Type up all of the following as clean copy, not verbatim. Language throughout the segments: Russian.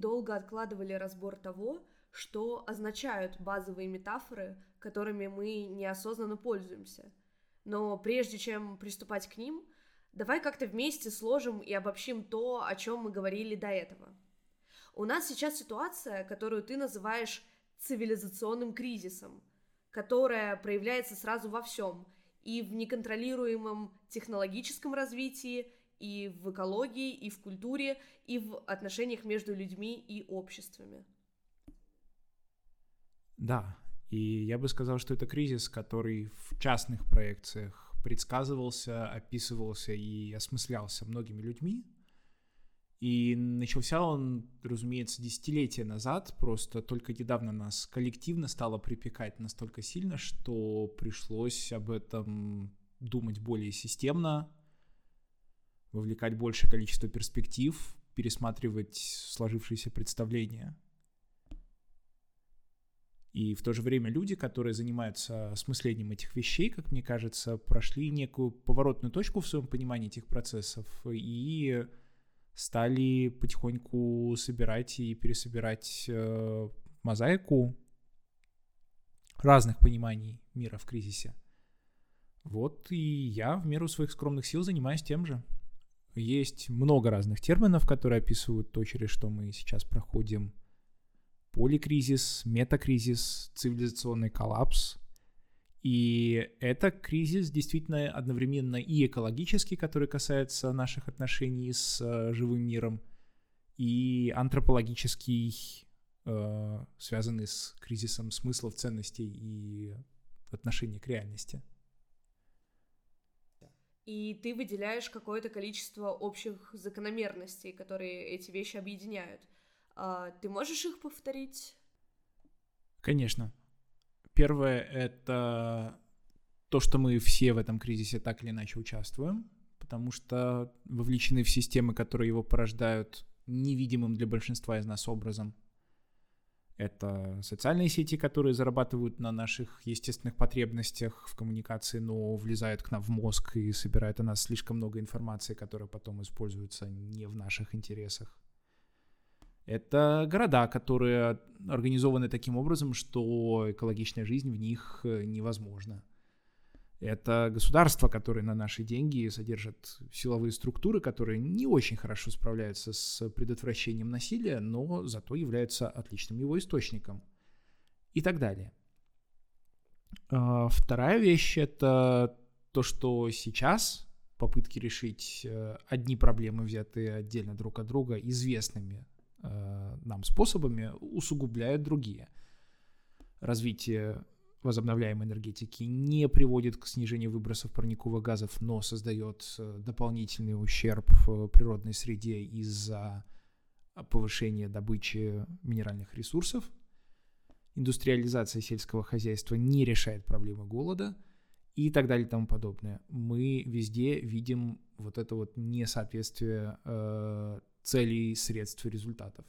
долго откладывали разбор того, что означают базовые метафоры, которыми мы неосознанно пользуемся. Но прежде чем приступать к ним, давай как-то вместе сложим и обобщим то, о чем мы говорили до этого. У нас сейчас ситуация, которую ты называешь цивилизационным кризисом, которая проявляется сразу во всем, и в неконтролируемом технологическом развитии, и в экологии, и в культуре, и в отношениях между людьми и обществами. Да, и я бы сказал, что это кризис, который в частных проекциях предсказывался, описывался и осмыслялся многими людьми. И начался он, разумеется, десятилетия назад, просто только недавно нас коллективно стало припекать настолько сильно, что пришлось об этом думать более системно, вовлекать большее количество перспектив, пересматривать сложившиеся представления. И в то же время люди, которые занимаются осмыслением этих вещей, как мне кажется, прошли некую поворотную точку в своем понимании этих процессов и стали потихоньку собирать и пересобирать мозаику разных пониманий мира в кризисе. Вот и я в меру своих скромных сил занимаюсь тем же. Есть много разных терминов, которые описывают то, через что мы сейчас проходим. Поликризис, метакризис, цивилизационный коллапс. И это кризис действительно одновременно и экологический, который касается наших отношений с живым миром, и антропологический, связанный с кризисом смыслов, ценностей и отношения к реальности. И ты выделяешь какое-то количество общих закономерностей, которые эти вещи объединяют. Ты можешь их повторить? Конечно. Первое — это то, что мы все в этом кризисе так или иначе участвуем, потому что вовлечены в системы, которые его порождают невидимым для большинства из нас образом. Это социальные сети, которые зарабатывают на наших естественных потребностях в коммуникации, но влезают к нам в мозг и собирают о нас слишком много информации, которая потом используется не в наших интересах. Это города, которые организованы таким образом, что экологичная жизнь в них невозможна. Это государства, которые на наши деньги содержат силовые структуры, которые не очень хорошо справляются с предотвращением насилия, но зато являются отличным его источником. И так далее. Вторая вещь — это то, что сейчас попытки решить одни проблемы, взятые отдельно друг от друга, известными нам способами, усугубляют другие. Развитие возобновляемой энергетики не приводит к снижению выбросов парниковых газов, но создает дополнительный ущерб природной среде из-за повышения добычи минеральных ресурсов. Индустриализация сельского хозяйства не решает проблемы голода и так далее и тому подобное. Мы везде видим вот это вот несоответствие целей, средств и результатов.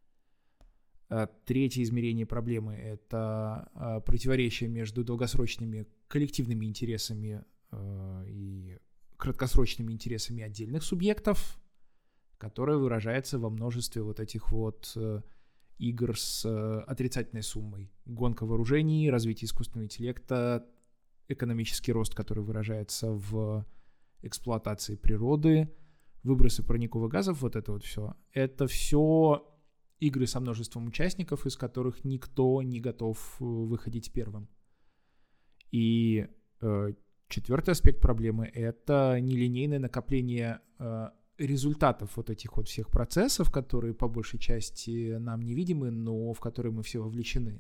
Третье измерение проблемы — это противоречие между долгосрочными коллективными интересами и краткосрочными интересами отдельных субъектов, которое выражается во множестве вот этих вот игр с отрицательной суммой. Гонка вооружений, развитие искусственного интеллекта, экономический рост, который выражается в эксплуатации природы, выбросы парниковых газов, вот это вот все. Это все игры со множеством участников, из которых никто не готов выходить первым. И четвертый аспект проблемы — это нелинейное накопление результатов вот этих вот всех процессов, которые по большей части нам невидимы, но в которые мы все вовлечены.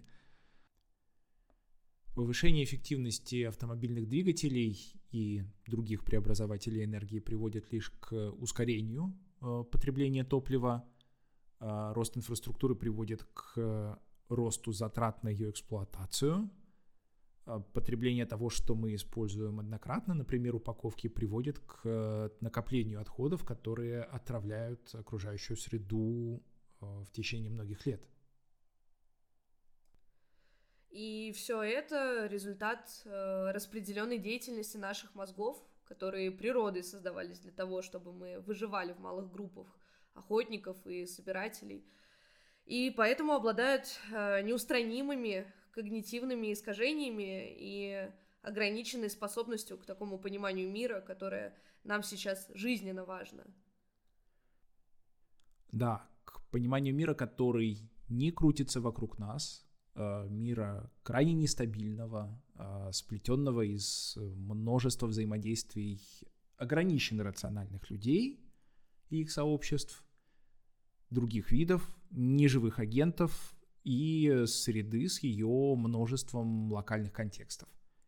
Повышение эффективности автомобильных двигателей и других преобразователей энергии приводит лишь к ускорению потребления топлива. Рост инфраструктуры приводит к росту затрат на ее эксплуатацию. Потребление того, что мы используем однократно, например, упаковки, приводит к накоплению отходов, которые отравляют окружающую среду в течение многих лет. И все это результат распределенной деятельности наших мозгов, которые природой создавались для того, чтобы мы выживали в малых группах охотников и собирателей. и поэтому обладают неустранимыми когнитивными искажениями и ограниченной способностью к такому пониманию мира, которое нам сейчас жизненно важно. Да, к пониманию мира, который не крутится вокруг нас, мира крайне нестабильного, сплетенного из множества взаимодействий ограниченно рациональных людей и их сообществ, других видов, неживых агентов и среды с ее множеством локальных контекстов.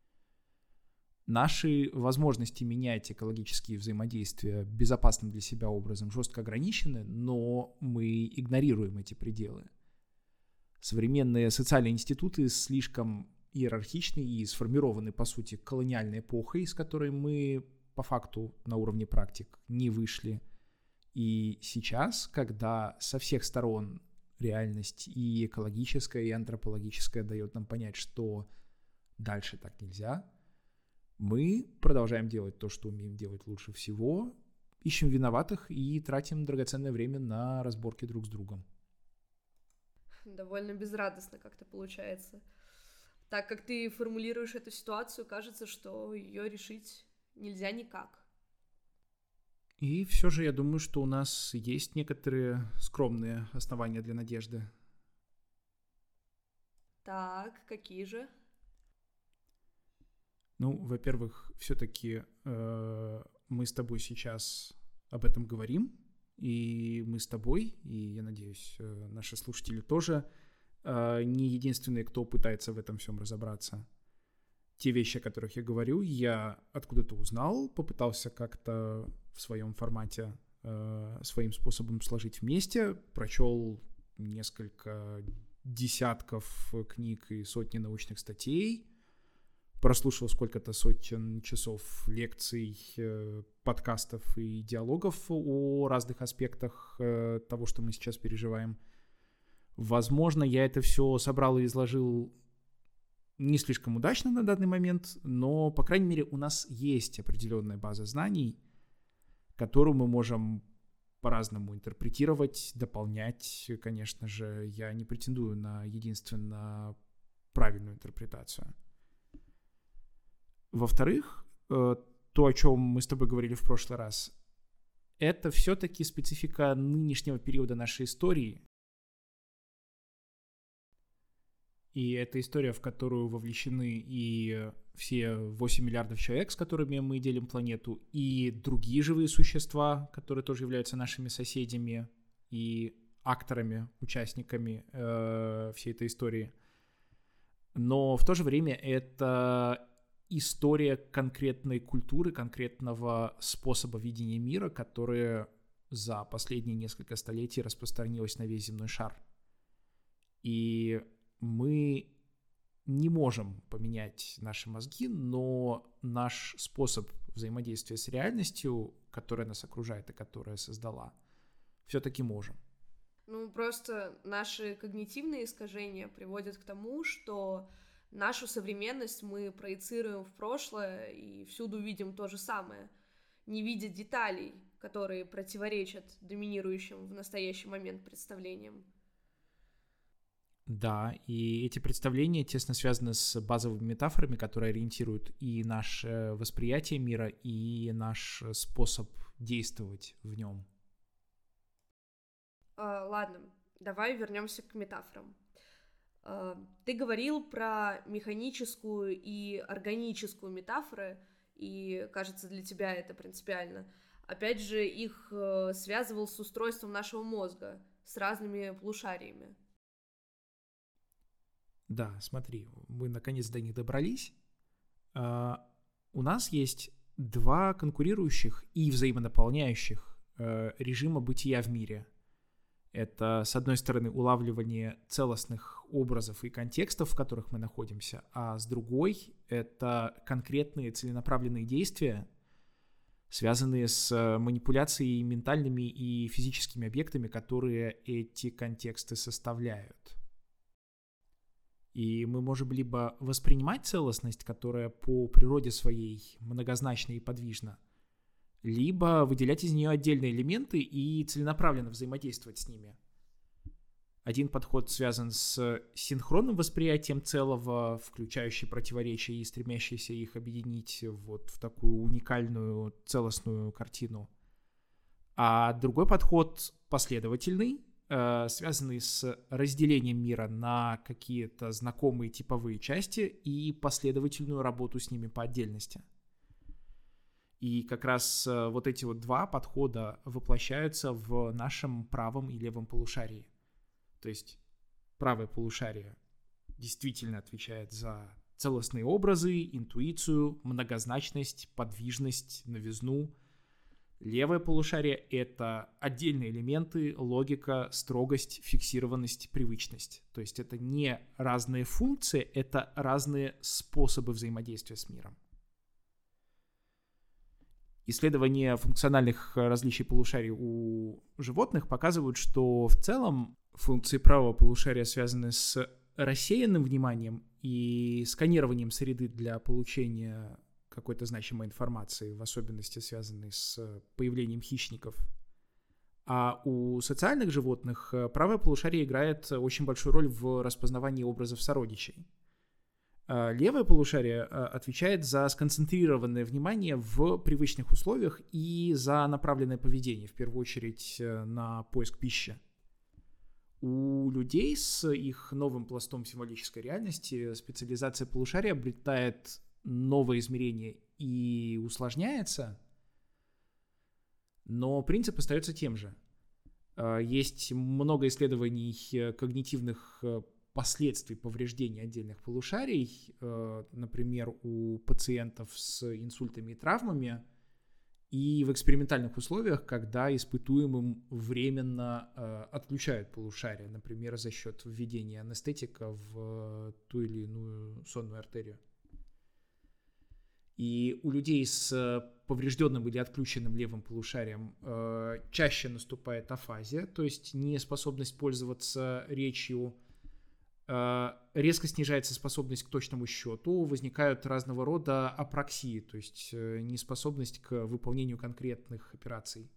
Наши возможности менять экологические взаимодействия безопасным для себя образом жестко ограничены, но мы игнорируем эти пределы. Современные социальные институты слишком иерархичны и сформированы, по сути, колониальной эпохой, из которой мы, по факту, на уровне практик не вышли. И сейчас, когда со всех сторон реальность и экологическая, и антропологическая дает нам понять, что дальше так нельзя, мы продолжаем делать то, что умеем делать лучше всего, ищем виноватых и тратим драгоценное время на разборки друг с другом. Довольно безрадостно как-то получается. Так как ты формулируешь эту ситуацию, кажется, что ее решить нельзя никак. И все же я думаю, что у нас есть некоторые скромные основания для надежды. Так, какие же? Ну, во-первых, все-таки мы с тобой сейчас об этом говорим, и мы с тобой, и, я надеюсь, наши слушатели тоже не единственные, кто пытается в этом всем разобраться. Те вещи, о которых я говорю, я откуда-то узнал, попытался как-то в своем формате, своим способом сложить вместе, прочел несколько десятков книг и сотни научных статей, прослушал сколько-то сотен часов лекций, подкастов и диалогов о разных аспектах того, что мы сейчас переживаем. Возможно, я это все собрал и изложил не слишком удачно на данный момент, но, по крайней мере, у нас есть определенная база знаний, которую мы можем по-разному интерпретировать, дополнять. Конечно же, я не претендую на единственно правильную интерпретацию. Во-вторых, то, о чем мы с тобой говорили в прошлый раз, это все-таки специфика нынешнего периода нашей истории. И это история, в которую вовлечены и все 8 миллиардов человек, с которыми мы делим планету, и другие живые существа, которые тоже являются нашими соседями и акторами, участниками всей этой истории. Но в то же время это история конкретной культуры, конкретного способа видения мира, которая за последние несколько столетий распространилась на весь земной шар. И мы не можем поменять наши мозги, но наш способ взаимодействия с реальностью, которая нас окружает и которая создала, все-таки можем. Ну, просто наши когнитивные искажения приводят к тому, что нашу современность мы проецируем в прошлое и всюду видим то же самое, не видя деталей, которые противоречат доминирующим в настоящий момент представлениям. Да, и эти представления тесно связаны с базовыми метафорами, которые ориентируют и наше восприятие мира, и наш способ действовать в нем. Ладно, давай вернемся к метафорам. Ты говорил про механическую и органическую метафоры, и, кажется, для тебя это принципиально. Опять же, их связывал с устройством нашего мозга, с разными полушариями. Да, смотри, мы наконец до них добрались. У нас есть два конкурирующих и взаимодополняющих режима бытия в мире. Это, с одной стороны, улавливание целостных образов и контекстов, в которых мы находимся, а с другой — это конкретные целенаправленные действия, связанные с манипуляцией ментальными и физическими объектами, которые эти контексты составляют. И мы можем либо воспринимать целостность, которая по природе своей многозначна и подвижна, либо выделять из нее отдельные элементы и целенаправленно взаимодействовать с ними. Один подход связан с синхронным восприятием целого, включающий противоречия и стремящийся их объединить вот в такую уникальную целостную картину. А другой подход последовательный, связанный с разделением мира на какие-то знакомые типовые части и последовательную работу с ними по отдельности. И как раз вот эти вот два подхода воплощаются в нашем правом и левом полушарии. То есть правое полушарие действительно отвечает за целостные образы, интуицию, многозначность, подвижность, новизну. Левое полушарие — это отдельные элементы, логика, строгость, фиксированность, привычность. То есть это не разные функции, это разные способы взаимодействия с миром. Исследования функциональных различий полушарий у животных показывают, что в целом функции правого полушария связаны с рассеянным вниманием и сканированием среды для получения какой-то значимой информации, в особенности связанной с появлением хищников. А у социальных животных правое полушарие играет очень большую роль в распознавании образов сородичей. Левое полушарие отвечает за сконцентрированное внимание в привычных условиях и за направленное поведение, в первую очередь на поиск пищи. У людей с их новым пластом символической реальности специализация полушария обретает новое измерение и усложняется, но принцип остается тем же. Есть много исследований когнитивных последствий повреждения отдельных полушарий, например, у пациентов с инсультами и травмами, и в экспериментальных условиях, когда испытуемым временно отключают полушарие, например, за счет введения анестетика в ту или иную сонную артерию. И у людей с поврежденным или отключенным левым полушарием чаще наступает афазия, то есть неспособность пользоваться речью, резко снижается способность к точному счету, возникают разного рода апраксии, то есть неспособность к выполнению конкретных операций.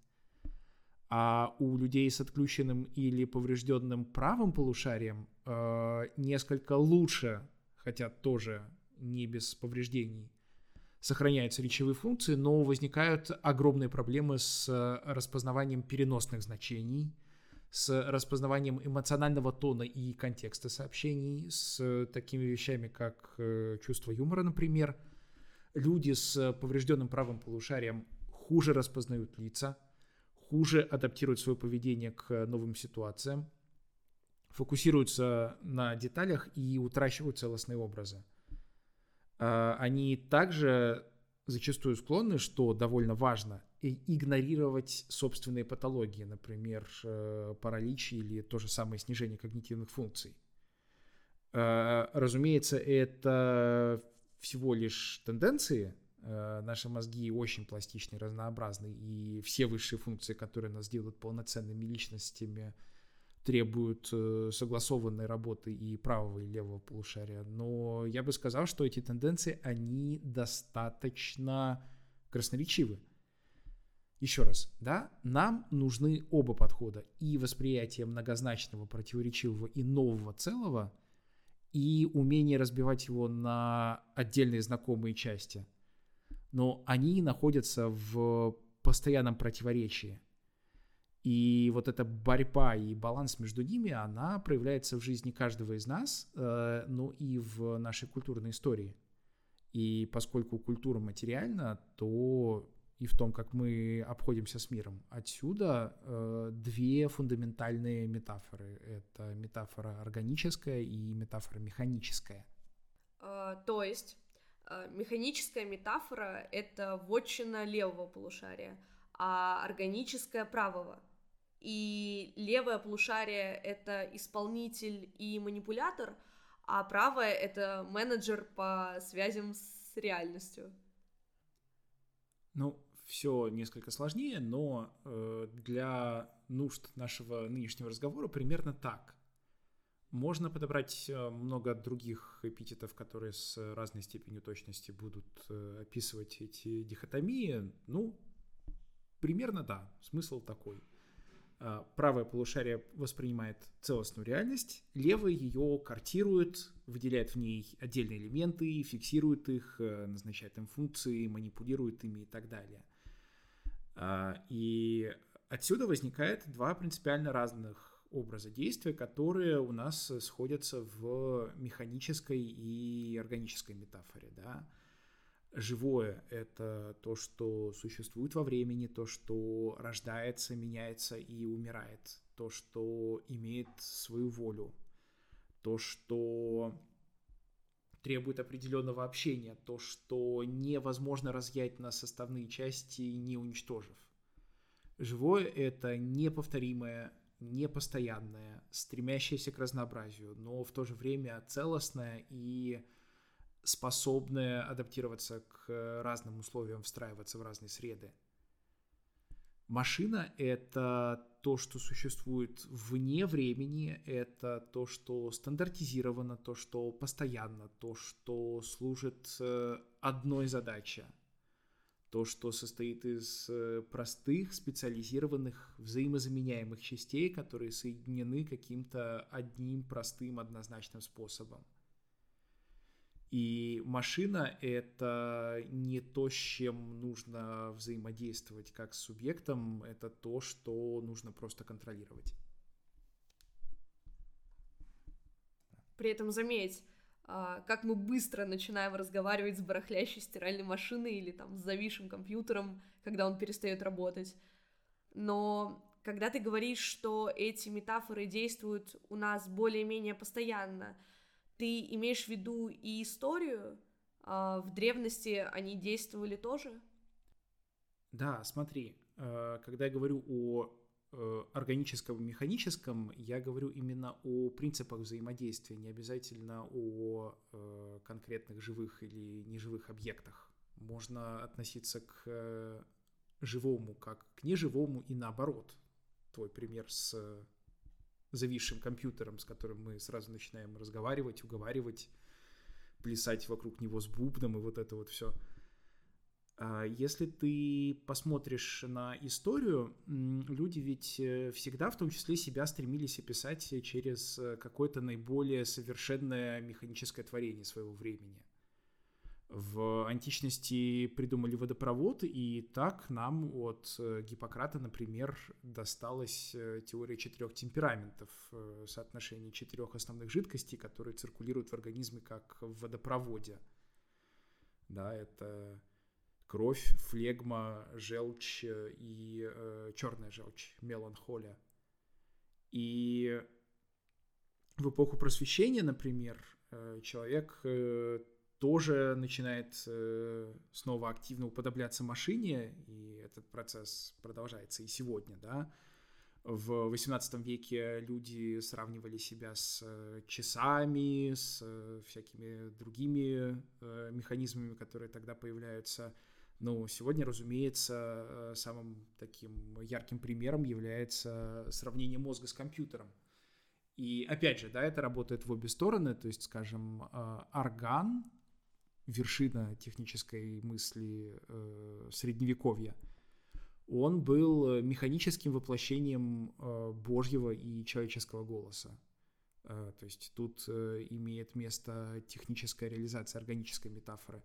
А у людей с отключенным или поврежденным правым полушарием несколько лучше, хотя тоже не без повреждений, сохраняются речевые функции, но возникают огромные проблемы с распознаванием переносных значений, с распознаванием эмоционального тона и контекста сообщений, с такими вещами, как чувство юмора, например. Люди с поврежденным правым полушарием хуже распознают лица, хуже адаптируют свое поведение к новым ситуациям, фокусируются на деталях и утрачивают целостные образы. Они также зачастую склонны, что довольно важно, игнорировать собственные патологии, например, паралич или то же самое снижение когнитивных функций. Разумеется, это всего лишь тенденции. Наши мозги очень пластичны и разнообразны, и все высшие функции, которые нас делают полноценными личностями, требуют согласованной работы и правого, и левого полушария. Но я бы сказал, что эти тенденции, они достаточно красноречивы. Еще раз, да, нам нужны оба подхода. И восприятие многозначного, противоречивого и нового целого, и умение разбивать его на отдельные знакомые части. Но они находятся в постоянном противоречии. И вот эта борьба и баланс между ними, она проявляется в жизни каждого из нас, но и в нашей культурной истории. И поскольку культура материальна, то и в том, как мы обходимся с миром. Отсюда две фундаментальные метафоры. Это метафора органическая и метафора механическая. То есть механическая метафора — это вотчина левого полушария, а органическая — правого. И левое полушарие — это исполнитель и манипулятор, а правое — это менеджер по связям с реальностью. Ну, все несколько сложнее, но для нужд нашего нынешнего разговора примерно так. Можно подобрать много других эпитетов, которые с разной степенью точности будут описывать эти дихотомии. Ну, примерно да, смысл такой. Правое полушарие воспринимает целостную реальность, левое ее картирует, выделяет в ней отдельные элементы, фиксирует их, назначает им функции, манипулирует ими и так далее. И отсюда возникает два принципиально разных образа действия, которые у нас сходятся в механической и органической метафоре, да. Живое — это то, что существует во времени, то, что рождается, меняется и умирает, то, что имеет свою волю, то, что требует определенного общения, то, что невозможно разъять на составные части, не уничтожив. Живое — это неповторимое, непостоянное, стремящееся к разнообразию, но в то же время целостное и способная адаптироваться к разным условиям, встраиваться в разные среды. Машина — это то, что существует вне времени, это то, что стандартизировано, то, что постоянно, то, что служит одной задаче, то, что состоит из простых, специализированных, взаимозаменяемых частей, которые соединены каким-то одним простым, однозначным способом. И машина — это не то, с чем нужно взаимодействовать как с субъектом, это то, что нужно просто контролировать. При этом заметь, как мы быстро начинаем разговаривать с барахлящей стиральной машиной или там с зависшим компьютером, когда он перестает работать. Но когда ты говоришь, что эти метафоры действуют у нас более-менее постоянно, ты имеешь в виду и историю? В древности они действовали тоже? Да, смотри, когда я говорю о органическом и механическом, я говорю именно о принципах взаимодействия, не обязательно о конкретных живых или неживых объектах. Можно относиться к живому как к неживому и наоборот. Твой пример с зависшим компьютером, с которым мы сразу начинаем разговаривать, уговаривать, плясать вокруг него с бубном и вот это вот все. Если ты посмотришь на историю, люди ведь всегда, в том числе, себя стремились описать через какое-то наиболее совершенное механическое творение своего времени. В античности придумали водопровод, и так нам от Гиппократа, например, досталась теория 4 темпераментов, соотношение 4 основных жидкостей, которые циркулируют в организме как в водопроводе. Да, это кровь, флегма, желчь и черная желчь, меланхолия. И в эпоху Просвещения, например, человек тоже начинает снова активно уподобляться машине, и этот процесс продолжается и сегодня, да. В XVIII веке люди сравнивали себя с часами, с всякими другими механизмами, которые тогда появляются. Но сегодня, разумеется, самым таким ярким примером является сравнение мозга с компьютером. И опять же, да, это работает в обе стороны, то есть, скажем, орган, вершина технической мысли Средневековья, он был механическим воплощением Божьего и человеческого голоса. То есть тут имеет место техническая реализация органической метафоры.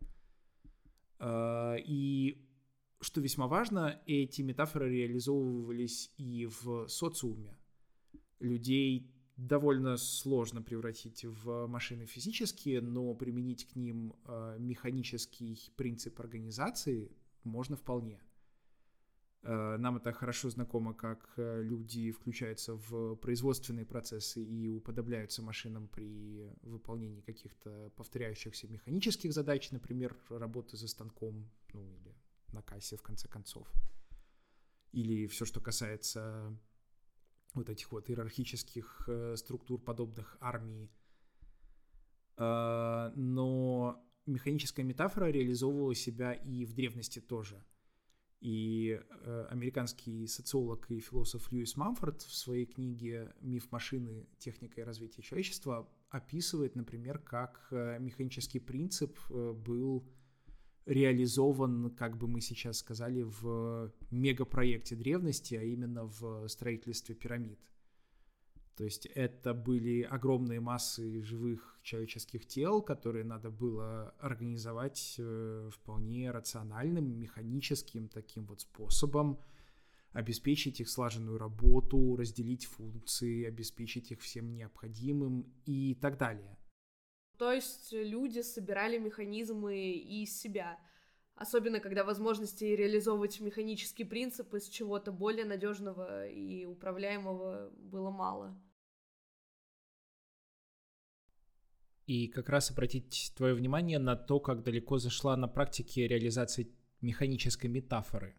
И, что весьма важно, эти метафоры реализовывались и в социуме. Людей довольно сложно превратить в машины физические, но применить к ним механический принцип организации можно вполне. Нам это хорошо знакомо, как люди включаются в производственные процессы и уподобляются машинам при выполнении каких-то повторяющихся механических задач, например, работы за станком, ну или на кассе, в конце концов. Или все, что касается вот этих вот иерархических структур, подобных армии. Но механическая метафора реализовывала себя и в древности тоже. И американский социолог и философ Льюис Мамфорд в своей книге «Миф машины. Техника и развитие человечества» описывает, например, как механический принцип был реализован, как бы мы сейчас сказали, в мегапроекте древности, а именно в строительстве пирамид. То есть это были огромные массы живых человеческих тел, которые надо было организовать вполне рациональным, механическим таким вот способом, обеспечить их слаженную работу, разделить функции, обеспечить их всем необходимым и так далее. То есть люди собирали механизмы из себя, особенно когда возможности реализовывать механический принцип из чего-то более надежного и управляемого было мало. И как раз обратить твое внимание на то, как далеко зашла на практике реализация механической метафоры.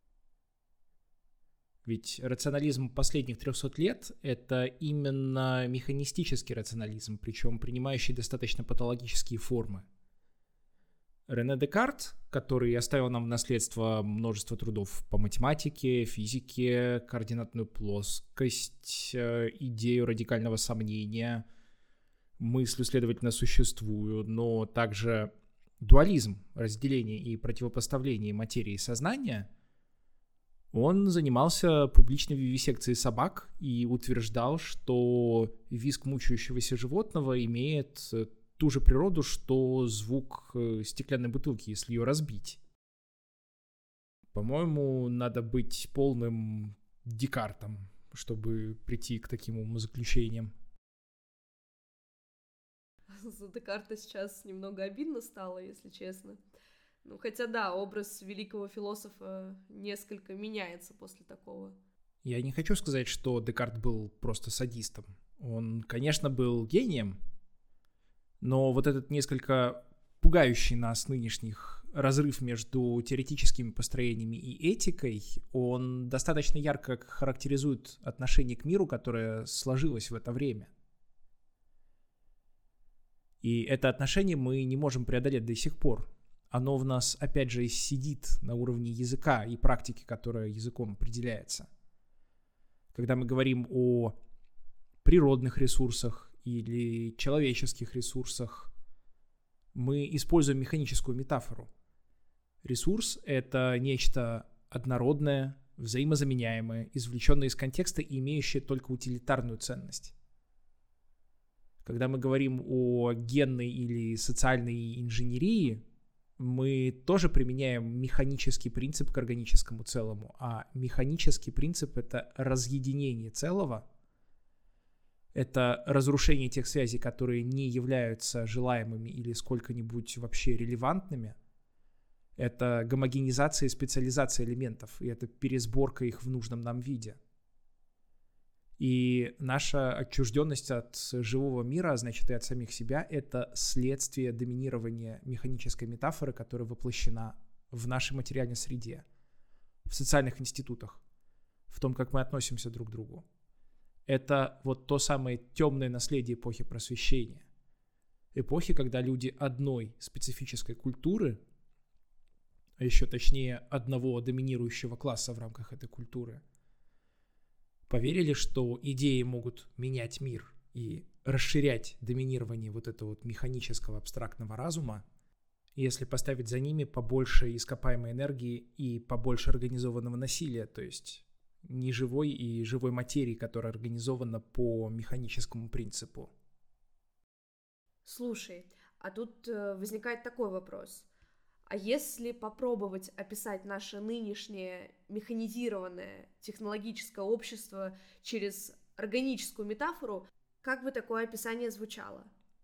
Ведь рационализм последних 300 лет — это именно механистический рационализм, причем принимающий достаточно патологические формы. Рене Декарт, который оставил нам в наследство множество трудов по математике, физике, координатную плоскость, идею радикального сомнения, мысль, следовательно, существует, но также дуализм, разделение и противопоставление материи и сознания, он занимался публичной вивисекцией собак и утверждал, что визг мучающегося животного имеет ту же природу, что звук стеклянной бутылки, если ее разбить. По-моему, надо быть полным Декартом, чтобы прийти к таким умозаключениям. За Декарта сейчас немного обидно стало, если честно. Ну, хотя да, образ великого философа несколько меняется после такого. Я не хочу сказать, что Декарт был просто садистом. Он, конечно, был гением, но вот этот несколько пугающий нас нынешних разрыв между теоретическими построениями и этикой, он достаточно ярко характеризует отношение к миру, которое сложилось в это время. И это отношение мы не можем преодолеть до сих пор. Оно в нас, опять же, сидит на уровне языка и практики, которая языком определяется. Когда мы говорим о природных ресурсах или человеческих ресурсах, мы используем механическую метафору. Ресурс — это нечто однородное, взаимозаменяемое, извлеченное из контекста и имеющее только утилитарную ценность. Когда мы говорим о генной или социальной инженерии, мы тоже применяем механический принцип к органическому целому, а механический принцип — это разъединение целого, это разрушение тех связей, которые не являются желаемыми или сколько-нибудь вообще релевантными, это гомогенизация и специализация элементов, и это пересборка их в нужном нам виде. И наша отчужденность от живого мира, а значит и от самих себя, это следствие доминирования механической метафоры, которая воплощена в нашей материальной среде, в социальных институтах, в том, как мы относимся друг к другу. Это вот то самое темное наследие эпохи Просвещения. Эпохи, когда люди одной специфической культуры, а еще точнее одного доминирующего класса в рамках этой культуры, поверили, что идеи могут менять мир и расширять доминирование вот этого вот механического абстрактного разума, если поставить за ними побольше ископаемой энергии и побольше организованного насилия, то есть неживой и живой материи, которая организована по механическому принципу. Слушай, а тут возникает такой вопрос. А если попробовать описать наше нынешнее механизированное технологическое общество через органическую метафору, как бы такое описание звучало?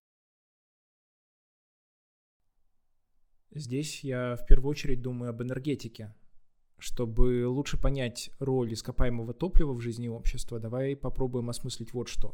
Здесь я в первую очередь думаю об энергетике. Чтобы лучше понять роль ископаемого топлива в жизни общества, давай попробуем осмыслить вот что.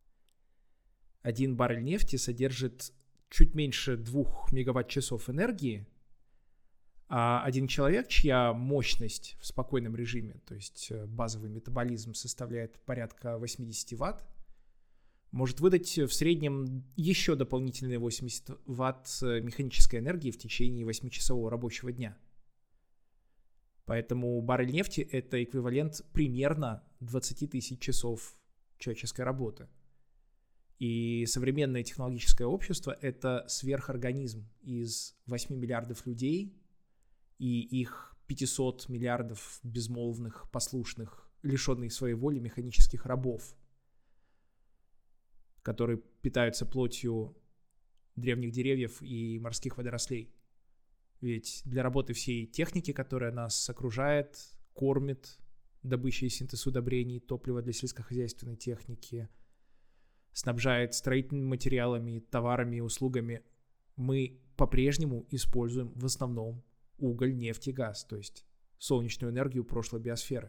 1 баррель нефти содержит чуть меньше 2 мегаватт-часов энергии, а один человек, чья мощность в спокойном режиме, то есть базовый метаболизм составляет порядка 80 ватт, может выдать в среднем еще дополнительные 80 ватт механической энергии в течение 8-часового рабочего дня. Поэтому баррель нефти — это эквивалент примерно 20 тысяч часов человеческой работы. И современное технологическое общество — это сверхорганизм из 8 миллиардов людей и их 500 миллиардов безмолвных, послушных, лишенных своей воли механических рабов, которые питаются плотью древних деревьев и морских водорослей. Ведь для работы всей техники, которая нас окружает, кормит, добыча и синтез удобрений, топливо для сельскохозяйственной техники, снабжает строительными материалами, товарами и услугами, мы по-прежнему используем в основном уголь, нефть и газ, то есть солнечную энергию прошлой биосферы.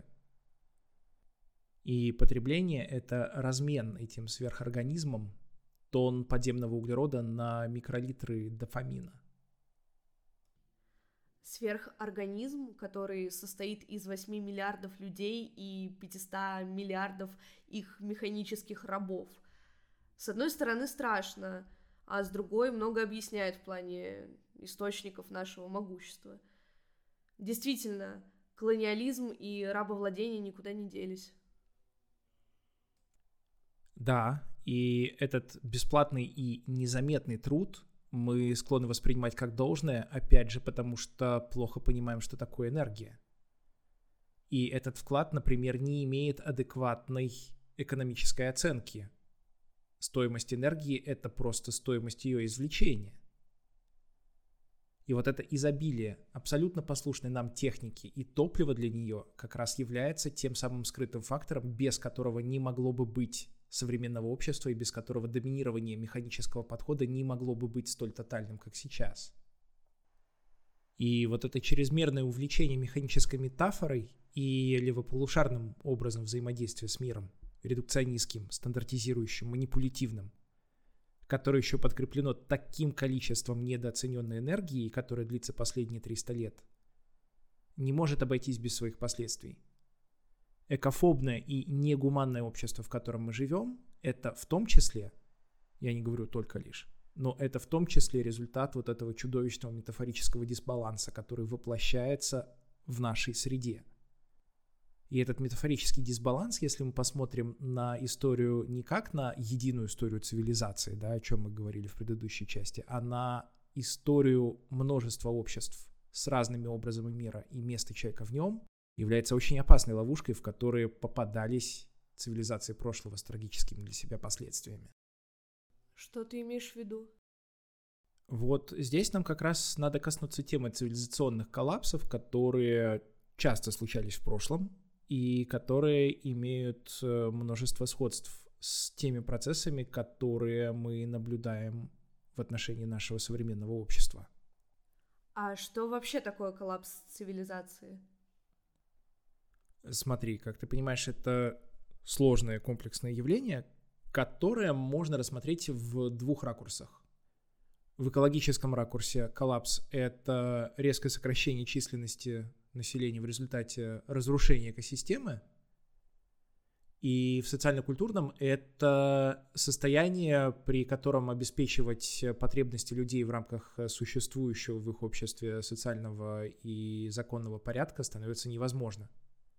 И потребление — это размен этим сверхорганизмом тонн подземного углерода на микролитры дофамина. Сверхорганизм, который состоит из 8 миллиардов людей и 500 миллиардов их механических рабов. С одной стороны, страшно, а с другой много объясняет в плане источников нашего могущества. Действительно, колониализм и рабовладение никуда не делись. Да, и этот бесплатный и незаметный труд мы склонны воспринимать как должное, опять же, потому что плохо понимаем, что такое энергия. И этот вклад, например, не имеет адекватной экономической оценки. Стоимость энергии — это просто стоимость ее извлечения. И вот это изобилие абсолютно послушной нам техники и топлива для нее как раз является тем самым скрытым фактором, без которого не могло бы быть современного общества и без которого доминирование механического подхода не могло бы быть столь тотальным, как сейчас. И вот это чрезмерное увлечение механической метафорой и левополушарным образом взаимодействия с миром, редукционистским, стандартизирующим, манипулятивным, которое еще подкреплено таким количеством недооцененной энергии, которая длится последние 300 лет, не может обойтись без своих последствий. Экофобное и негуманное общество, в котором мы живем, это в том числе, я не говорю только лишь, но это в том числе результат вот этого чудовищного метафорического дисбаланса, который воплощается в нашей среде. И этот метафорический дисбаланс, если мы посмотрим на историю не как на единую историю цивилизации, да, о чем мы говорили в предыдущей части, а на историю множества обществ с разными образами мира и место человека в нем, является очень опасной ловушкой, в которые попадались цивилизации прошлого с трагическими для себя последствиями. Что ты имеешь в виду? Вот здесь нам как раз надо коснуться темы цивилизационных коллапсов, которые часто случались в прошлом и которые имеют множество сходств с теми процессами, которые мы наблюдаем в отношении нашего современного общества. А что вообще такое коллапс цивилизации? Смотри, как ты понимаешь, это сложное комплексное явление, которое можно рассмотреть в двух ракурсах. В экологическом ракурсе коллапс — это резкое сокращение численности населения в результате разрушения экосистемы. И в социально-культурном — это состояние, при котором обеспечивать потребности людей в рамках существующего в их обществе социального и законного порядка становится невозможно.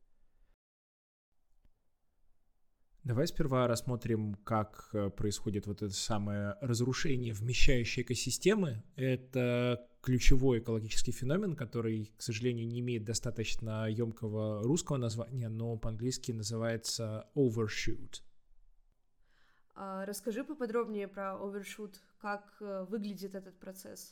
Давай сперва рассмотрим, как происходит вот это самое разрушение вмещающей экосистемы. Это ключевой экологический феномен, который, к сожалению, не имеет достаточно емкого русского названия, но по-английски называется overshoot. Расскажи поподробнее про overshoot, как выглядит этот процесс.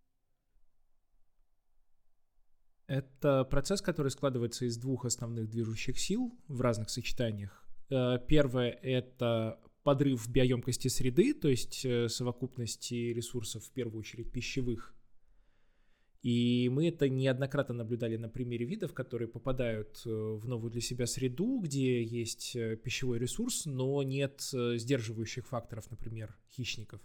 Это процесс, который складывается из двух основных движущих сил в разных сочетаниях. Первое — это подрыв биоемкости среды, то есть совокупности ресурсов, в первую очередь пищевых. И мы это неоднократно наблюдали на примере видов, которые попадают в новую для себя среду, где есть пищевой ресурс, но нет сдерживающих факторов, например, хищников.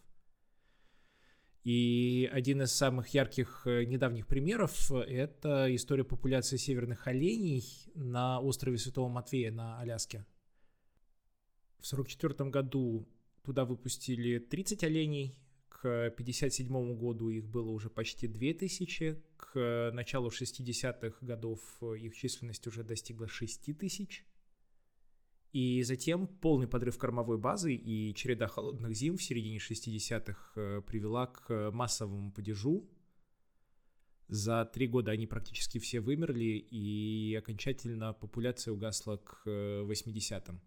И один из самых ярких недавних примеров — это история популяции северных оленей на острове Святого Матвея на Аляске. В 1944 году туда выпустили 30 оленей, к 1957 году их было уже почти 2000, к началу 60-х годов их численность уже достигла 6000. И затем полный подрыв кормовой базы и череда холодных зим в середине 60-х привела к массовому падежу. За 3 года они практически все вымерли, и окончательно популяция угасла к 80-м.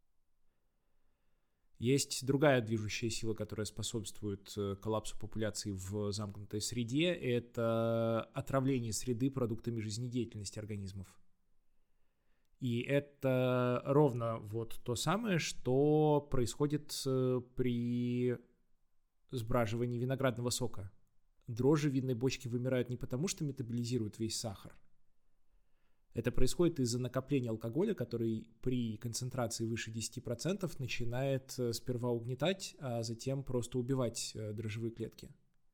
Есть другая движущая сила, которая способствует коллапсу популяции в замкнутой среде. Это отравление среды продуктами жизнедеятельности организмов. И это ровно вот то самое, что происходит при сбраживании виноградного сока. Дрожжи винной бочки вымирают не потому, что метаболизируют весь сахар. Это происходит из-за накопления алкоголя, который при концентрации выше 10% начинает сперва угнетать, а затем просто убивать дрожжевые клетки.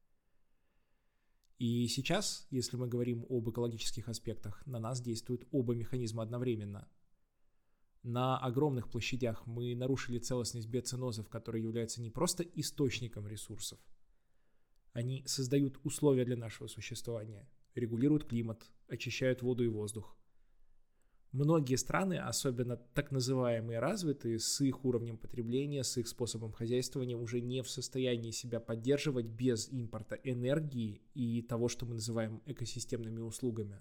И сейчас, если мы говорим об экологических аспектах, на нас действуют оба механизма одновременно. На огромных площадях мы нарушили целостность биоценозов, которые являются не просто источником ресурсов. Они создают условия для нашего существования, регулируют климат, очищают воду и воздух. Многие страны, особенно так называемые развитые, с их уровнем потребления, с их способом хозяйствования, уже не в состоянии себя поддерживать без импорта энергии и того, что мы называем экосистемными услугами.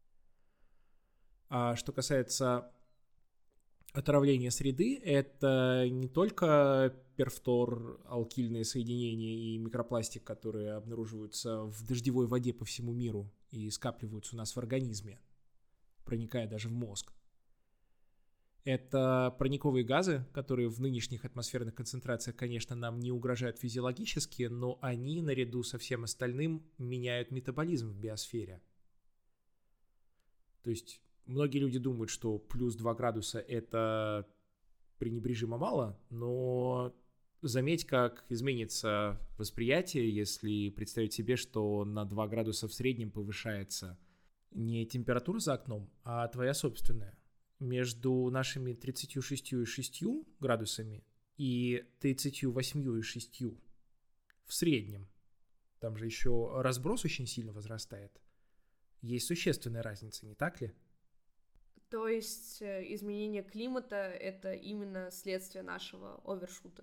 А что касается отравления среды, это не только перфтор, алкильные соединения и микропластик, которые обнаруживаются в дождевой воде по всему миру и скапливаются у нас в организме, проникая даже в мозг. Это парниковые газы, которые в нынешних атмосферных концентрациях, конечно, нам не угрожают физиологически, но они, наряду со всем остальным, меняют метаболизм в биосфере. То есть многие люди думают, что плюс 2 градуса – это пренебрежимо мало, но заметь, как изменится восприятие, если представить себе, что на 2 градуса в среднем повышается не температура за окном, а твоя собственная. Между нашими 36,6 градусами и 38,6 в среднем, там же еще разброс очень сильно возрастает, есть существенная разница, не так ли? То есть изменение климата — это именно следствие нашего овершута?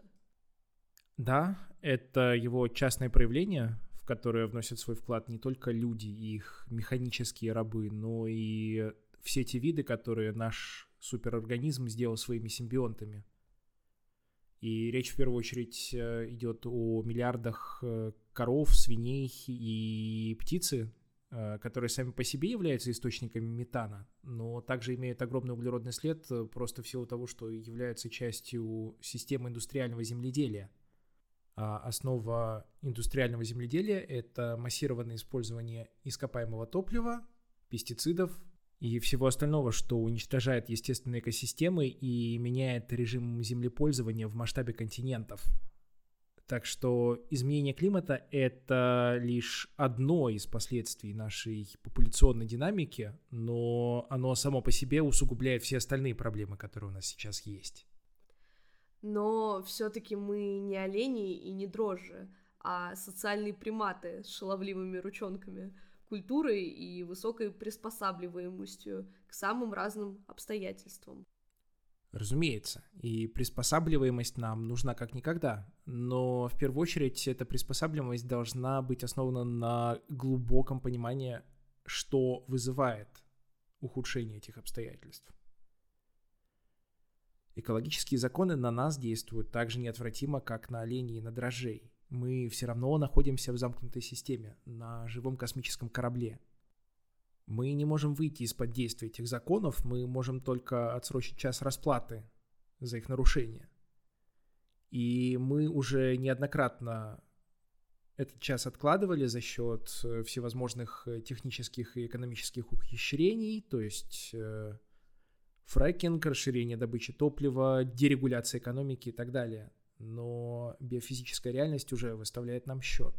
Да, это его частное проявление, в которое вносят свой вклад не только люди и их механические рабы, но и все те виды, которые наш суперорганизм сделал своими симбионтами. И речь в первую очередь идет о миллиардах коров, свиней и птицы, которые сами по себе являются источниками метана, но также имеют огромный углеродный след просто в силу того, что являются частью системы индустриального земледелия. А основа индустриального земледелия – это массированное использование ископаемого топлива, пестицидов и всего остального, что уничтожает естественные экосистемы и меняет режим землепользования в масштабе континентов. Так что изменение климата – это лишь одно из последствий нашей популяционной динамики, но оно само по себе усугубляет все остальные проблемы, которые у нас сейчас есть. Но все-таки мы не олени и не дрожжи, а социальные приматы с шаловливыми ручонками, культурой и высокой приспосабливаемостью к самым разным обстоятельствам. Разумеется, и приспосабливаемость нам нужна как никогда, но в первую очередь эта приспосабливаемость должна быть основана на глубоком понимании, что вызывает ухудшение этих обстоятельств. Экологические законы на нас действуют так же неотвратимо, как на оленей и на дрожжей. Мы все равно находимся в замкнутой системе, на живом космическом корабле. Мы не можем выйти из-под действия этих законов, мы можем только отсрочить час расплаты за их нарушение. И мы уже неоднократно этот час откладывали за счет всевозможных технических и экономических ухищрений, то есть фрекинг, расширение добычи топлива, дерегуляция экономики и так далее. Но биофизическая реальность уже выставляет нам счет.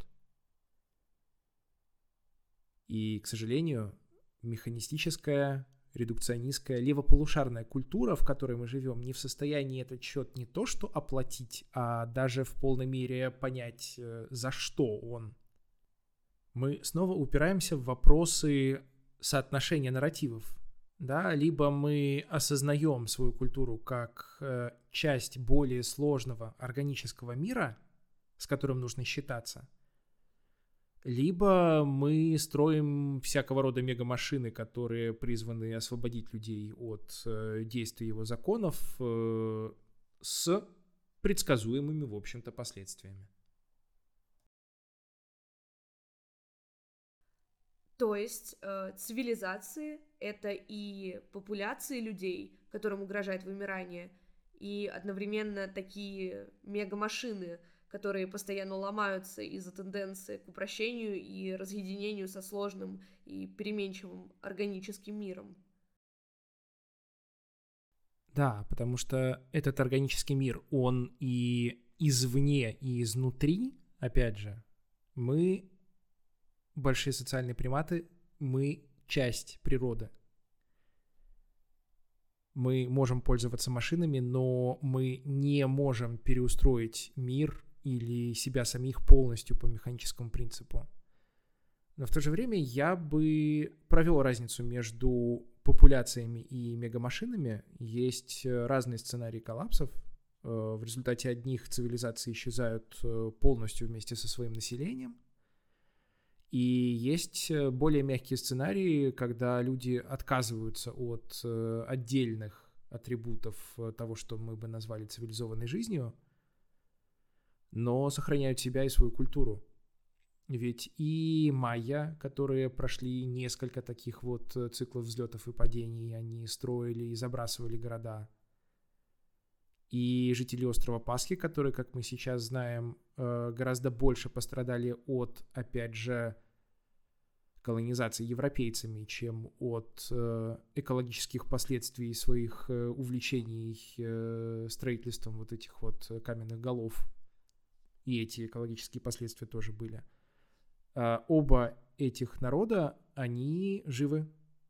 И, к сожалению, механистическая, редукционистская, левополушарная культура, в которой мы живем, не в состоянии этот счет не то что оплатить, а даже в полной мере понять, за что он. Мы снова упираемся в вопросы соотношения нарративов. да, либо мы осознаем свою культуру как часть более сложного органического мира, с которым нужно считаться, либо мы строим всякого рода мегамашины, которые призваны освободить людей от действия его законов с предсказуемыми, в общем-то, последствиями. То есть цивилизации — это и популяции людей, которым угрожает вымирание, и одновременно такие мегамашины, которые постоянно ломаются из-за тенденции к упрощению и разъединению со сложным и переменчивым органическим миром. Да, потому что этот органический мир, он и извне, и изнутри, опять же, мы, большие социальные приматы, мы часть природы. Мы можем пользоваться машинами, но мы не можем переустроить мир или себя самих полностью по механическому принципу. Но в то же время я бы провел разницу между популяциями и мегамашинами. Есть разные сценарии коллапсов. В результате одних цивилизации исчезают полностью вместе со своим населением. И есть более мягкие сценарии, когда люди отказываются от отдельных атрибутов того, что мы бы назвали цивилизованной жизнью, но сохраняют себя и свою культуру. Ведь и майя, которые прошли несколько таких вот циклов взлетов и падений, они строили и забрасывали города. И жители острова Пасхи, которые, как мы сейчас знаем, гораздо больше пострадали от, опять же, колонизации европейцами, чем от экологических последствий своих увлечений строительством вот этих вот каменных голов. И эти экологические последствия тоже были. Оба этих народа, они живы.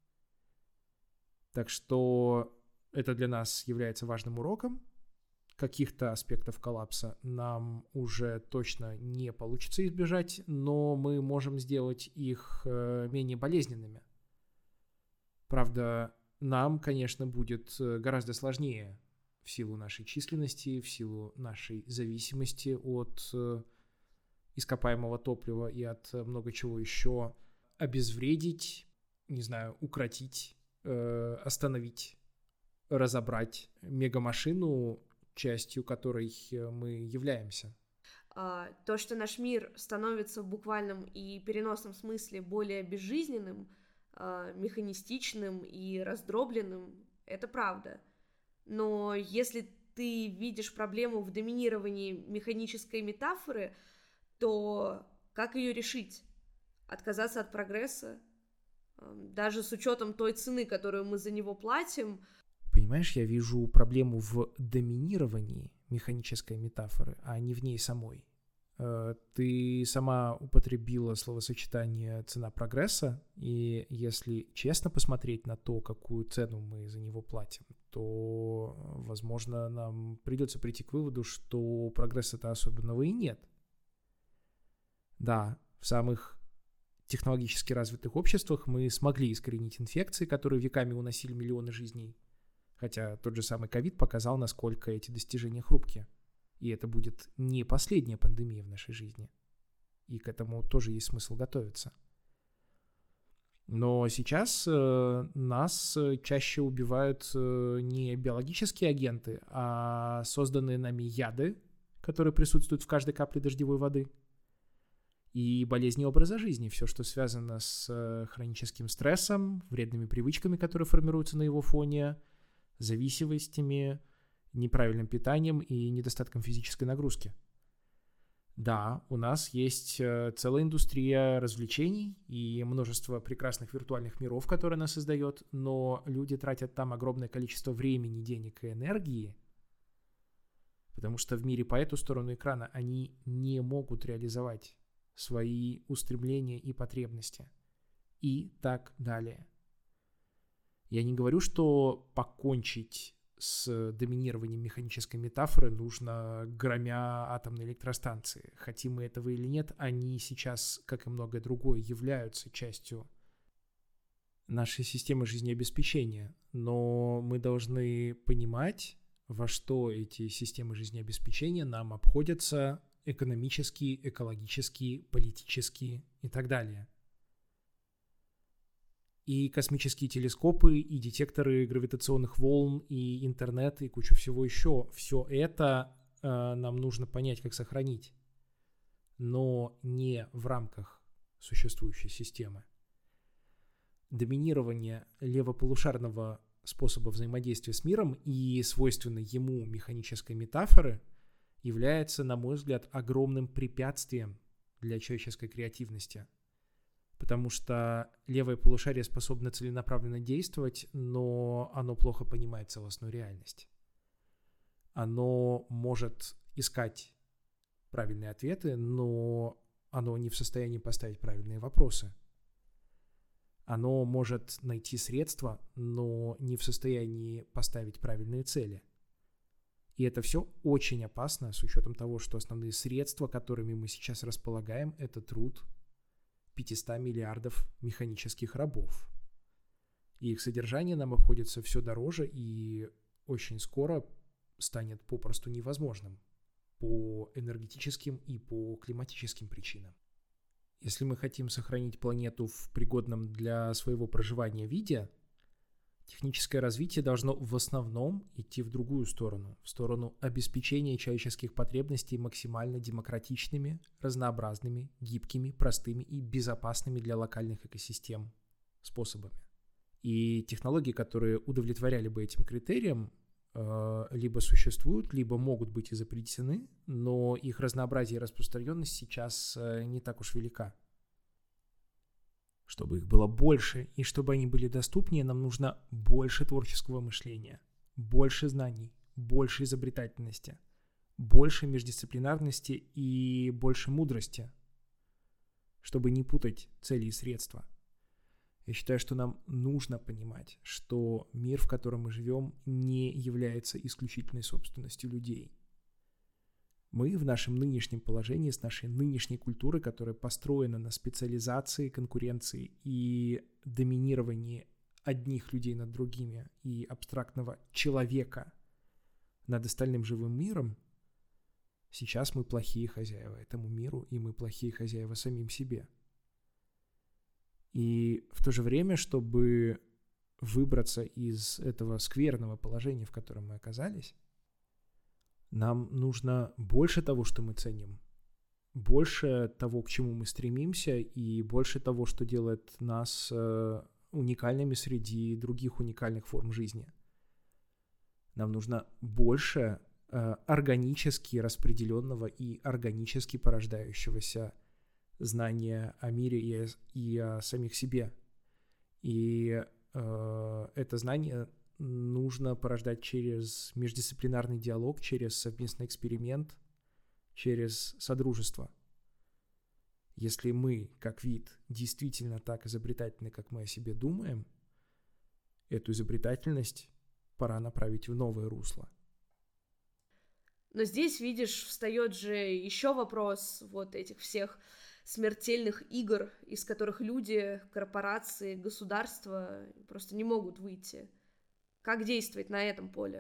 Так что это для нас является важным уроком. Каких-то аспектов коллапса нам уже точно не получится избежать, но мы можем сделать их менее болезненными. Правда, нам, конечно, будет гораздо сложнее в силу нашей численности, в силу нашей зависимости от ископаемого топлива и от много чего еще обезвредить, не знаю, укротить, остановить, разобрать мегамашину, частью которой мы являемся. То, что наш мир становится в буквальном и переносном смысле более безжизненным, механистичным и раздробленным, это правда. Но если ты видишь проблему в доминировании механической метафоры, то как ее решить? Отказаться от прогресса? Даже с учетом той цены, которую мы за него платим. Понимаешь, я вижу проблему в доминировании механической метафоры, а не в ней самой. Ты сама употребила словосочетание «цена прогресса», и если честно посмотреть на то, какую цену мы за него платим, то, возможно, нам придется прийти к выводу, что прогресса-то особенного и нет. Да, в самых технологически развитых обществах мы смогли искоренить инфекции, которые веками уносили миллионы жизней, хотя тот же самый ковид показал, насколько эти достижения хрупкие. И это будет не последняя пандемия в нашей жизни. И к этому тоже есть смысл готовиться. Но сейчас нас чаще убивают не биологические агенты, а созданные нами яды, которые присутствуют в каждой капле дождевой воды, и болезни образа жизни, все, что связано с хроническим стрессом, вредными привычками, которые формируются на его фоне, зависимостями, неправильным питанием и недостатком физической нагрузки. Да, у нас есть целая индустрия развлечений и множество прекрасных виртуальных миров, которые она создает, но люди тратят там огромное количество времени, денег и энергии, потому что в мире по эту сторону экрана они не могут реализовать свои устремления и потребности. И так далее. Я не говорю, что покончить с доминированием механической метафоры нужно, громя атомные электростанции. Хотим мы этого или нет, они сейчас, как и многое другое, являются частью нашей системы жизнеобеспечения, но мы должны понимать, во что эти системы жизнеобеспечения нам обходятся экономически, экологически, политически и так далее. И космические телескопы, и детекторы гравитационных волн, и интернет, и куча всего еще. Все это нам нужно понять, как сохранить, но не в рамках существующей системы. Доминирование левополушарного способа взаимодействия с миром и свойственной ему механической метафоры является, на мой взгляд, огромным препятствием для человеческой креативности. Потому что левое полушарие способно целенаправленно действовать, но оно плохо понимает целостную реальность. Оно может искать правильные ответы, но оно не в состоянии поставить правильные вопросы. Оно может найти средства, но не в состоянии поставить правильные цели. И это все очень опасно с учетом того, что основные средства, которыми мы сейчас располагаем, это труд 500 миллиардов механических рабов. И их содержание нам обходится все дороже и очень скоро станет попросту невозможным по энергетическим и по климатическим причинам. Если мы хотим сохранить планету в пригодном для своего проживания виде, техническое развитие должно в основном идти в другую сторону, в сторону обеспечения человеческих потребностей максимально демократичными, разнообразными, гибкими, простыми и безопасными для локальных экосистем способами. И технологии, которые удовлетворяли бы этим критериям, либо существуют, либо могут быть изобретены, но их разнообразие и распространенность сейчас не так уж велика. Чтобы их было больше и чтобы они были доступнее, нам нужно больше творческого мышления, больше знаний, больше изобретательности, больше междисциплинарности и больше мудрости, чтобы не путать цели и средства. Я считаю, что нам нужно понимать, что мир, в котором мы живем, не является исключительной собственностью людей. Мы в нашем нынешнем положении, с нашей нынешней культурой, которая построена на специализации, конкуренции и доминировании одних людей над другими и абстрактного человека над остальным живым миром, сейчас мы плохие хозяева этому миру, и мы плохие хозяева самим себе. И в то же время, чтобы выбраться из этого скверного положения, в котором мы оказались, нам нужно больше того, что мы ценим, больше того, к чему мы стремимся, и больше того, что делает нас уникальными среди других уникальных форм жизни. Нам нужно больше органически распределенного и органически порождающегося знания о мире и о самих себе. И это знание нужно порождать через междисциплинарный диалог, через совместный эксперимент, через содружество. Если мы, как вид, действительно так изобретательны, как мы о себе думаем, эту изобретательность пора направить в новое русло. Но здесь, видишь, встает же еще вопрос вот этих всех смертельных игр, из которых люди, корпорации, государства просто не могут выйти. Как действовать на этом поле?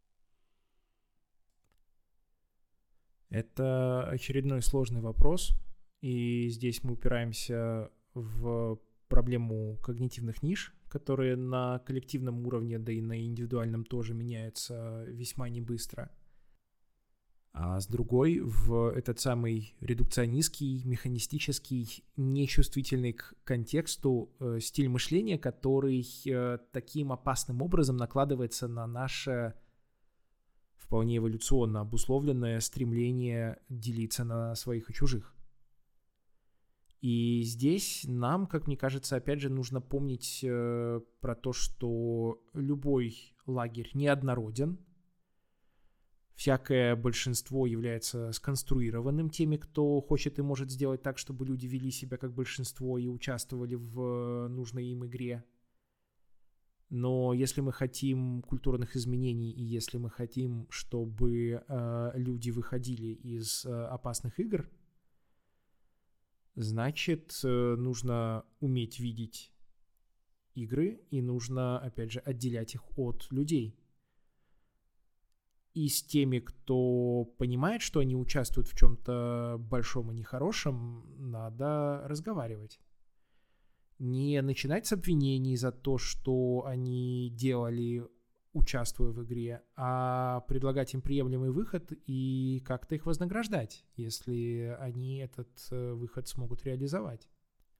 Это очередной сложный вопрос, и здесь мы упираемся в проблему когнитивных ниш, которые на коллективном уровне, да и на индивидуальном тоже меняются весьма небыстро. А с другой в этот самый редукционистский, механистический, нечувствительный к контексту стиль мышления, который таким опасным образом накладывается на наше вполне эволюционно обусловленное стремление делиться на своих и чужих. И здесь нам, как мне кажется, опять же нужно помнить про то, что любой лагерь неоднороден. Всякое большинство является сконструированным теми, кто хочет и может сделать так, чтобы люди вели себя как большинство и участвовали в нужной им игре. Но если мы хотим культурных изменений и если мы хотим, чтобы люди выходили из опасных игр, значит, нужно уметь видеть игры, и нужно, опять же, отделять их от людей. И с теми, кто понимает, что они участвуют в чем-то большом и нехорошем, надо разговаривать. Не начинать с обвинений за то, что они делали, участвуя в игре, а предлагать им приемлемый выход и как-то их вознаграждать, если они этот выход смогут реализовать.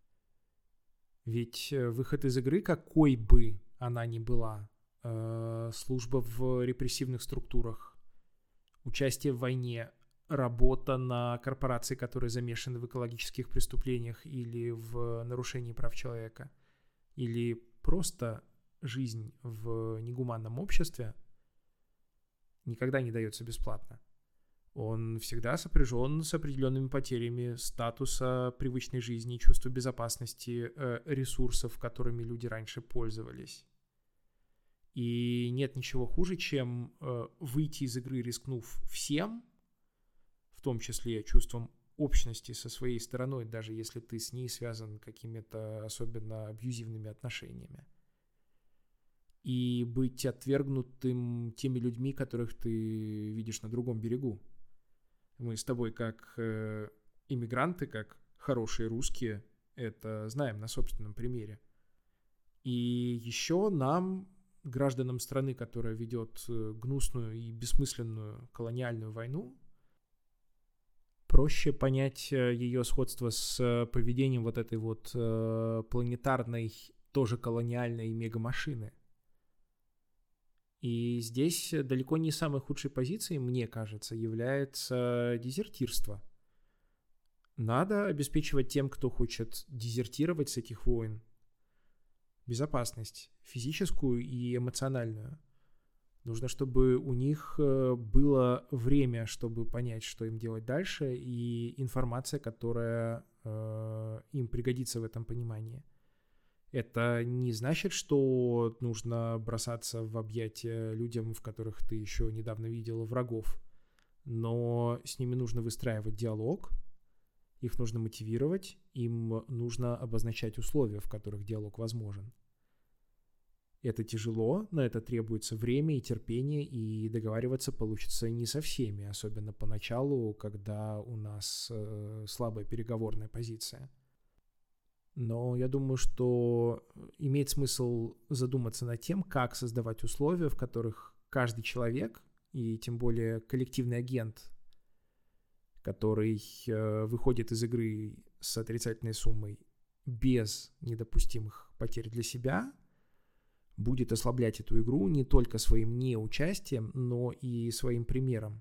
Ведь выход из игры, какой бы она ни была, служба в репрессивных структурах, участие в войне, работа на корпорации, которые замешаны в экологических преступлениях или в нарушении прав человека, или просто жизнь в негуманном обществе, никогда не дается бесплатно. Он всегда сопряжен с определенными потерями статуса, привычной жизни, чувства безопасности, ресурсов, которыми люди раньше пользовались. И нет ничего хуже, чем выйти из игры, рискнув всем, в том числе чувством общности со своей стороной, даже если ты с ней связан какими-то особенно абьюзивными отношениями. И быть отвергнутым теми людьми, которых ты видишь на другом берегу. Мы с тобой, как иммигранты, как хорошие русские, это знаем на собственном примере. И еще нам, гражданам страны, которая ведет гнусную и бессмысленную колониальную войну, проще понять ее сходство с поведением вот этой вот планетарной, тоже колониальной мегамашины. И здесь далеко не самой худшей позицией, мне кажется, является дезертирство. Надо обеспечивать тем, кто хочет дезертировать с этих войн, безопасность физическую и эмоциональную. Нужно, чтобы у них было время, чтобы понять, что им делать дальше, и информация, которая им пригодится в этом понимании. Это не значит, что нужно бросаться в объятия людям, в которых ты еще недавно видел врагов, но с ними нужно выстраивать диалог, их нужно мотивировать, им нужно обозначать условия, в которых диалог возможен. Это тяжело, но это требуется время и терпение, и договариваться получится не со всеми, особенно поначалу, когда у нас слабая переговорная позиция. Но я думаю, что имеет смысл задуматься над тем, как создавать условия, в которых каждый человек, и тем более коллективный агент, который выходит из игры с отрицательной суммой без недопустимых потерь для себя, будет ослаблять эту игру не только своим неучастием, но и своим примером.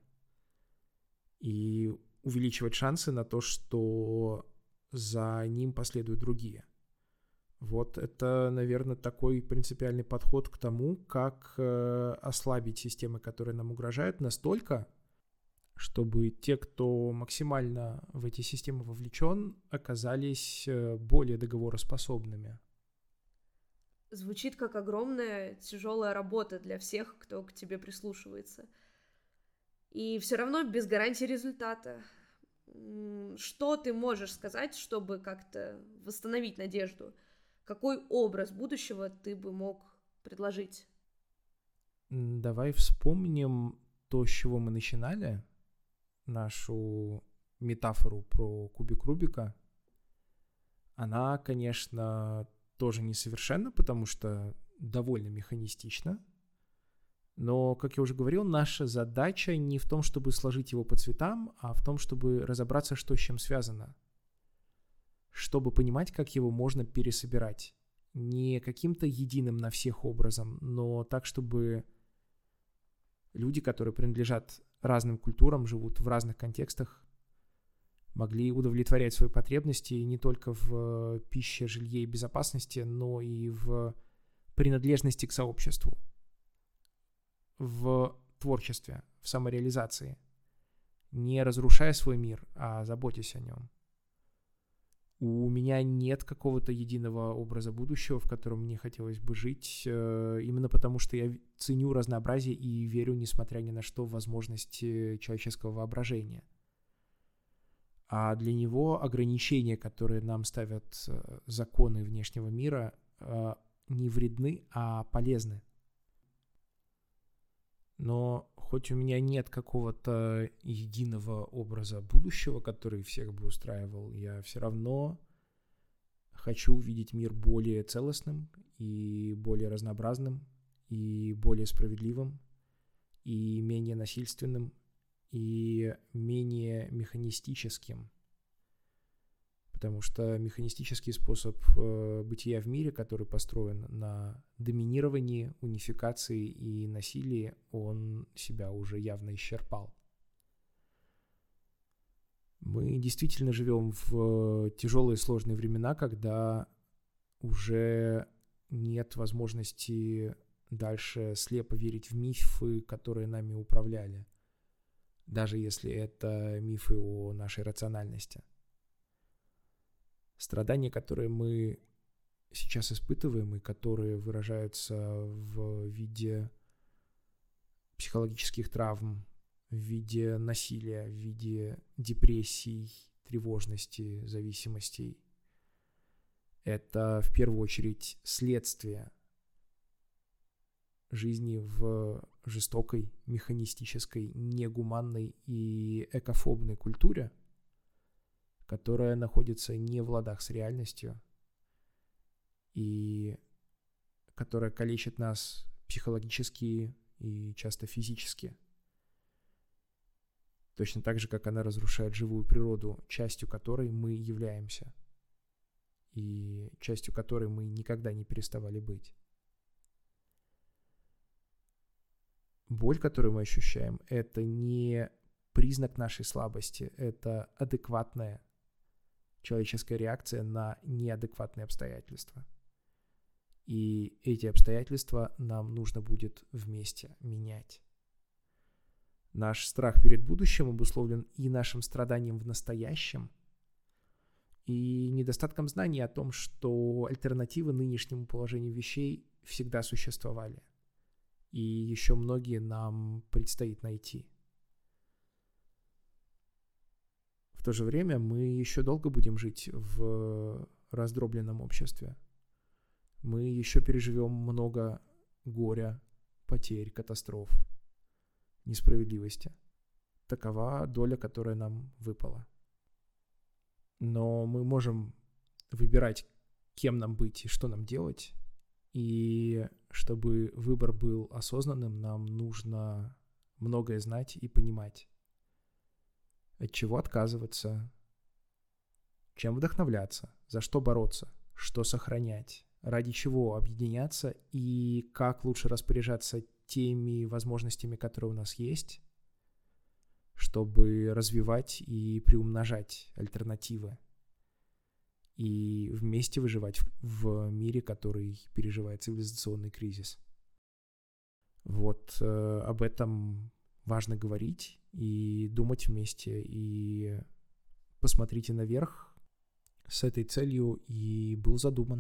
И увеличивать шансы на то, что за ним последуют другие. Вот это, наверное, такой принципиальный подход к тому, как ослабить системы, которые нам угрожают, настолько, чтобы те, кто максимально в эти системы вовлечен, оказались более договороспособными. Звучит как огромная тяжелая работа для всех, кто к тебе прислушивается. И все равно без гарантии результата. Что ты можешь сказать, чтобы как-то восстановить надежду? Какой образ будущего ты бы мог предложить? Давай вспомним то, с чего мы начинали, нашу метафору про кубик Рубика. Она, конечно, тоже несовершенна, потому что довольно механистична. Но, как я уже говорил, наша задача не в том, чтобы сложить его по цветам, а в том, чтобы разобраться, что с чем связано. Чтобы понимать, как его можно пересобирать. Не каким-то единым на всех образом, но так, чтобы люди, которые принадлежат разным культурам, живут в разных контекстах, могли удовлетворять свои потребности не только в пище, жилье и безопасности, но и в принадлежности к сообществу, в творчестве, в самореализации, не разрушая свой мир, а заботясь о нем. У меня нет какого-то единого образа будущего, в котором мне хотелось бы жить, именно потому что я ценю разнообразие и верю, несмотря ни на что, в возможности человеческого воображения. А для него ограничения, которые нам ставят законы внешнего мира, не вредны, а полезны. Но хоть у меня нет какого-то единого образа будущего, который всех бы устраивал, я все равно хочу увидеть мир более целостным и более разнообразным, и более справедливым, и менее насильственным, и менее механистическим. Потому что механистический способ бытия в мире, который построен на доминировании, унификации и насилии, он себя уже явно исчерпал. Мы действительно живем в тяжелые сложные времена, когда уже нет возможности дальше слепо верить в мифы, которые нами управляли, даже если это мифы о нашей рациональности. Страдания, которые мы сейчас испытываем и которые выражаются в виде психологических травм, в виде насилия, в виде депрессий, тревожности, зависимостей, это в первую очередь следствие жизни в жестокой, механистической, негуманной и экофобной культуре, которая находится не в ладах с реальностью и которая калечит нас психологически и часто физически. Точно так же, как она разрушает живую природу, частью которой мы являемся и частью которой мы никогда не переставали быть. Боль, которую мы ощущаем, это не признак нашей слабости, это адекватная человеческая реакция на неадекватные обстоятельства. И эти обстоятельства нам нужно будет вместе менять. Наш страх перед будущим обусловлен и нашим страданием в настоящем, и недостатком знаний о том, что альтернативы нынешнему положению вещей всегда существовали. И еще многие нам предстоит найти. В то же время мы еще долго будем жить в раздробленном обществе. Мы еще переживем много горя, потерь, катастроф, несправедливости. Такова доля, которая нам выпала. Но мы можем выбирать, кем нам быть и что нам делать. И чтобы выбор был осознанным, нам нужно многое знать и понимать. От чего отказываться, чем вдохновляться, за что бороться, что сохранять, ради чего объединяться и как лучше распоряжаться теми возможностями, которые у нас есть, чтобы развивать и приумножать альтернативы и вместе выживать в мире, который переживает цивилизационный кризис. Вот об этом важно говорить и думать вместе, и посмотрите наверх. С этой целью и был задуман.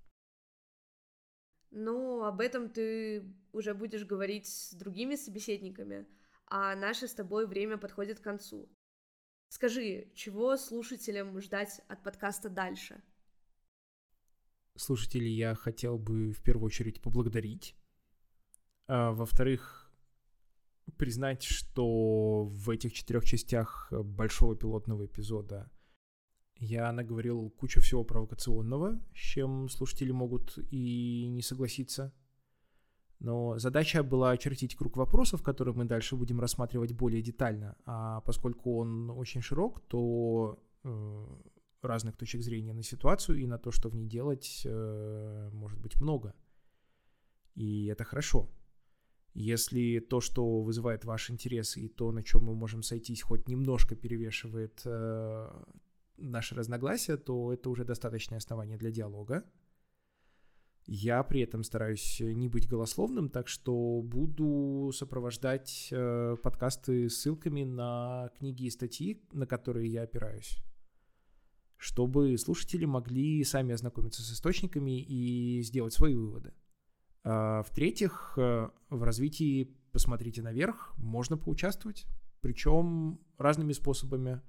Ну, об этом ты уже будешь говорить с другими собеседниками, а наше с тобой время подходит к концу. Скажи, чего слушателям ждать от подкаста дальше? Слушателей я хотел бы в первую очередь поблагодарить. А во-вторых, признать, что в этих 4 частях большого пилотного эпизода я наговорил кучу всего провокационного, с чем слушатели могут и не согласиться. Но задача была очертить круг вопросов, которые мы дальше будем рассматривать более детально. А поскольку он очень широк, то разных точек зрения на ситуацию и на то, что в ней делать, может быть много. И это хорошо. Если то, что вызывает ваш интерес, и то, на чем мы можем сойтись, хоть немножко перевешивает наши разногласия, то это уже достаточное основание для диалога. Я при этом стараюсь не быть голословным, так что буду сопровождать подкасты ссылками на книги и статьи, на которые я опираюсь, чтобы слушатели могли сами ознакомиться с источниками и сделать свои выводы. В-третьих, в развитии «Посмотрите наверх» можно поучаствовать, причем разными способами. В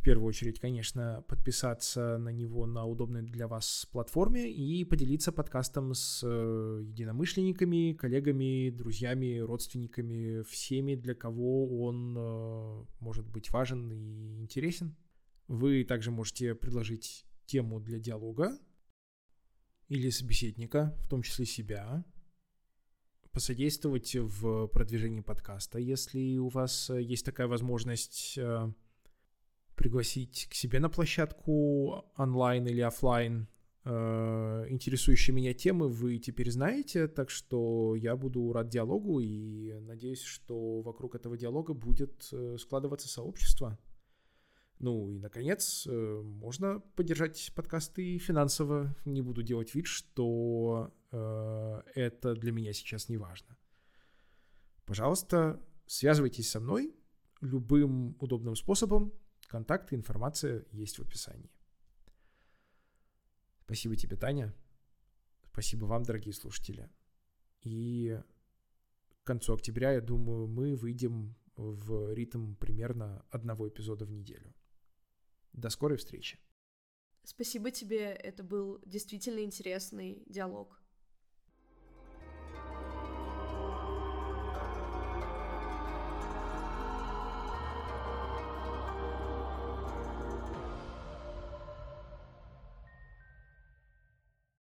первую очередь, конечно, подписаться на него на удобной для вас платформе и поделиться подкастом с единомышленниками, коллегами, друзьями, родственниками, всеми, для кого он может быть важен и интересен. Вы также можете предложить тему для диалога или собеседника, в том числе себя, посодействовать в продвижении подкаста, если у вас есть такая возможность, пригласить к себе на площадку онлайн или офлайн интересующие меня темы вы теперь знаете, так что я буду рад диалогу и надеюсь, что вокруг этого диалога будет складываться сообщество. Ну и, наконец, можно поддержать подкасты финансово. Не буду делать вид, что это для меня сейчас не важно. Пожалуйста, связывайтесь со мной любым удобным способом. Контакты, информация есть в описании. Спасибо тебе, Таня. Спасибо вам, дорогие слушатели. И к концу октября, я думаю, мы выйдем в ритм примерно одного эпизода в неделю. До скорой встречи. Спасибо тебе, это был действительно интересный диалог.